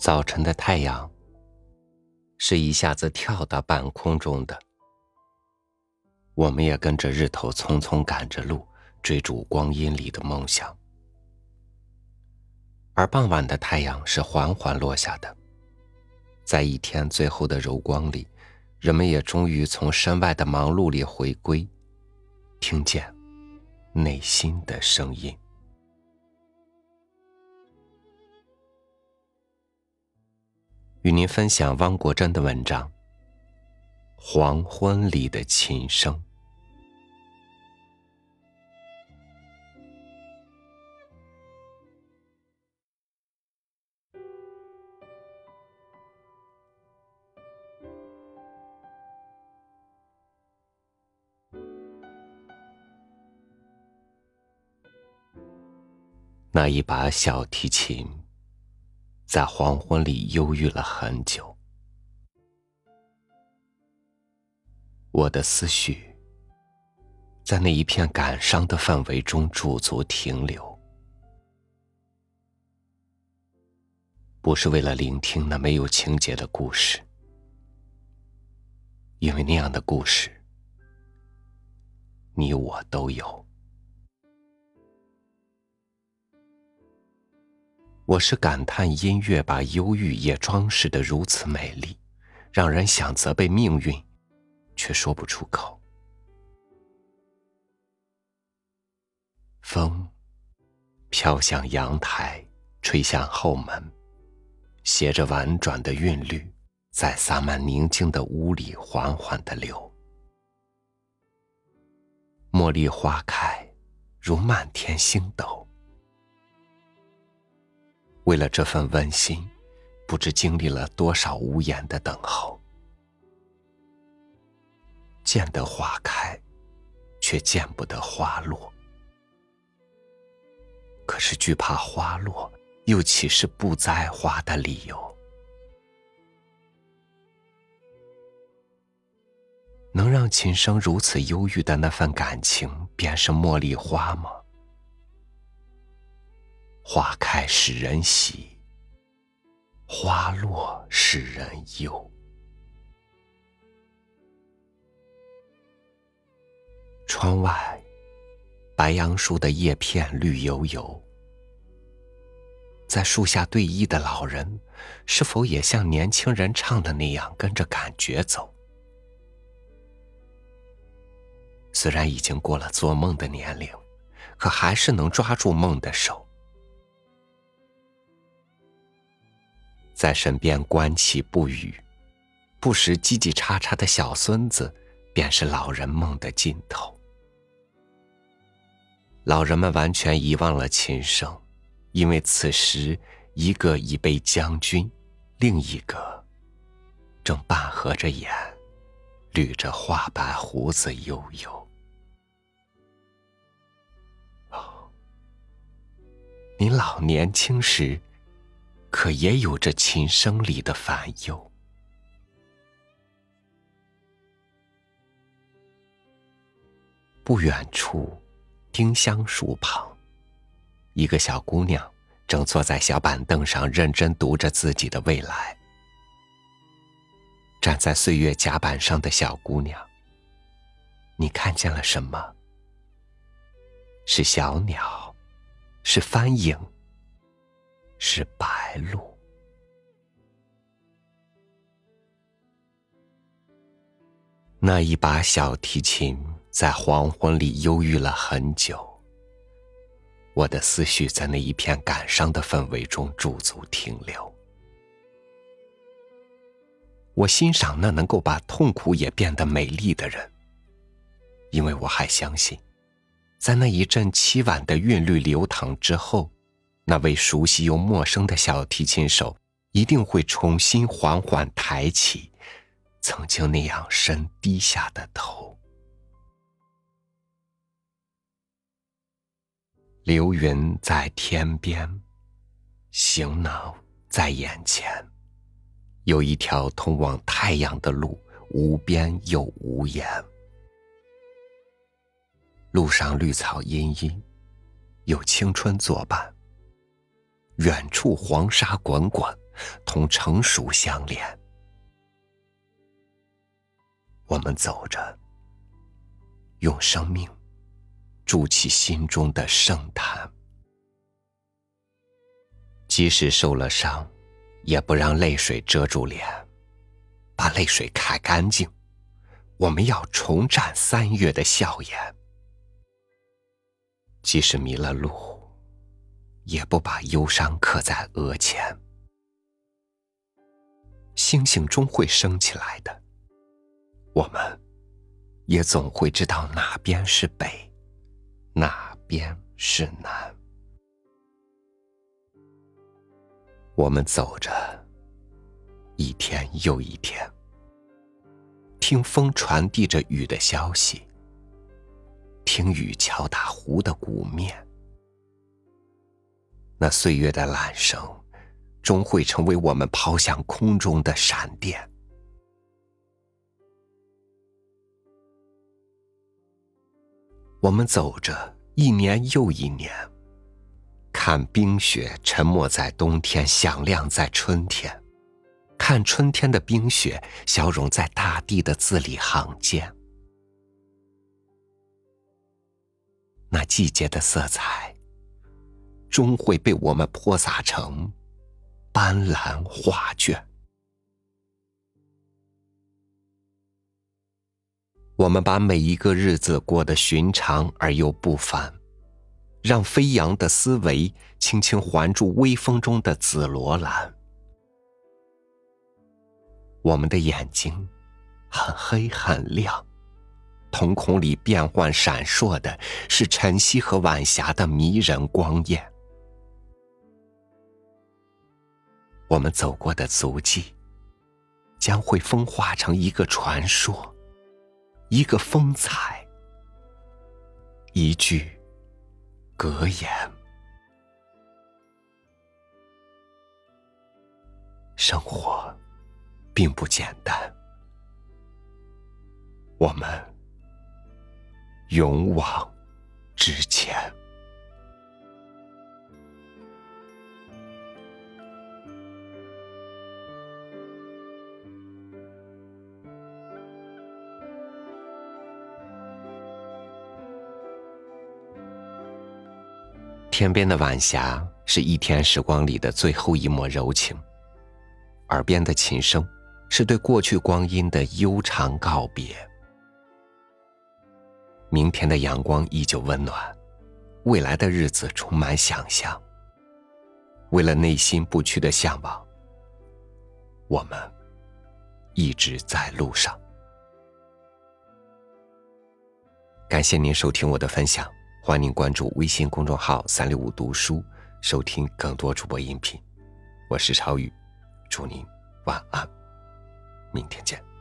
早晨的太阳是一下子跳到半空中的，我们也跟着日头匆匆赶着路，追逐光阴里的梦想。而傍晚的太阳是缓缓落下的，在一天最后的柔光里，人们也终于从身外的忙碌里回归，听见内心的声音。与您分享汪国真的文章《黄昏里的琴声》。那一把小提琴在黄昏里忧郁了很久，我的思绪在那一片感伤的氛围中驻足停留，不是为了聆听那没有情节的故事，因为那样的故事你我都有。我是感叹音乐把忧郁也装饰得如此美丽，让人想责备命运，却说不出口。风飘向阳台，吹向后门，携着婉转的韵律，在洒满宁静的屋里缓缓地流。茉莉花开，如漫天星斗。为了这份温馨，不知经历了多少无言的等候。见得花开，却见不得花落。可是惧怕花落，又岂是不栽花的理由？能让琴声如此忧郁的那份感情，便是茉莉花吗？花开使人喜，花落使人忧。窗外白杨树的叶片绿油油，在树下对弈的老人是否也像年轻人唱的那样跟着感觉走？虽然已经过了做梦的年龄，可还是能抓住梦的手。在身边观其不语，不时叽叽喳喳的小孙子，便是老人梦的尽头。老人们完全遗忘了琴声，因为此时一个已被将军，另一个正半合着眼，捋着花白胡子悠悠。哦，你老年轻时可也有着琴声里的烦忧。不远处，丁香树旁，一个小姑娘正坐在小板凳上认真读着自己的未来。站在岁月甲板上的小姑娘，你看见了什么？是小鸟，是帆影，是白鹭。那一把小提琴在黄昏里忧郁了很久，我的思绪在那一片感伤的氛围中驻足停留。我欣赏那能够把痛苦也变得美丽的人，因为我还相信，在那一阵凄婉的韵律流淌之后，那位熟悉又陌生的小提琴手一定会重新缓缓抬起曾经那样深低下的头。流云在天边，行囊在眼前，有一条通往太阳的路，无边又无言。路上绿草茵茵，有青春作伴。远处黄沙滚滚， 同成熟相连。我们走着，用生命筑起心中的圣坛。即使受了伤，也不让泪水遮住脸，把泪水揩干净。我们要重展3月的笑颜。即使迷了路，也不把忧伤刻在额前。星星终会升起来的，我们也总会知道哪边是北，哪边是南。我们走着，一天又一天，听风传递着雨的消息，听雨敲打湖的鼓面。那岁月的缆绳终会成为我们抛向空中的闪电。我们走着，一年又一年，看冰雪沉没在冬天，响亮在春天，看春天的冰雪消融在大地的字里行间。那季节的色彩终会被我们泼洒成斑斓画卷。我们把每一个日子过得寻常而又不凡，让飞扬的思维轻轻环住微风中的紫罗兰。我们的眼睛很黑很亮，瞳孔里变幻闪烁的是晨曦和晚霞的迷人光艳。我们走过的足迹将会风化成一个传说，一个风采，一句格言。生活并不简单，我们勇往直前。天边的晚霞是一天时光里的最后一抹柔情，耳边的琴声是对过去光阴的悠长告别。明天的阳光依旧温暖，未来的日子充满想象。为了内心不屈的向往，我们一直在路上。感谢您收听我的分享，欢迎您关注微信公众号365读书，收听更多主播音频。我是超宇，祝您晚安，明天见。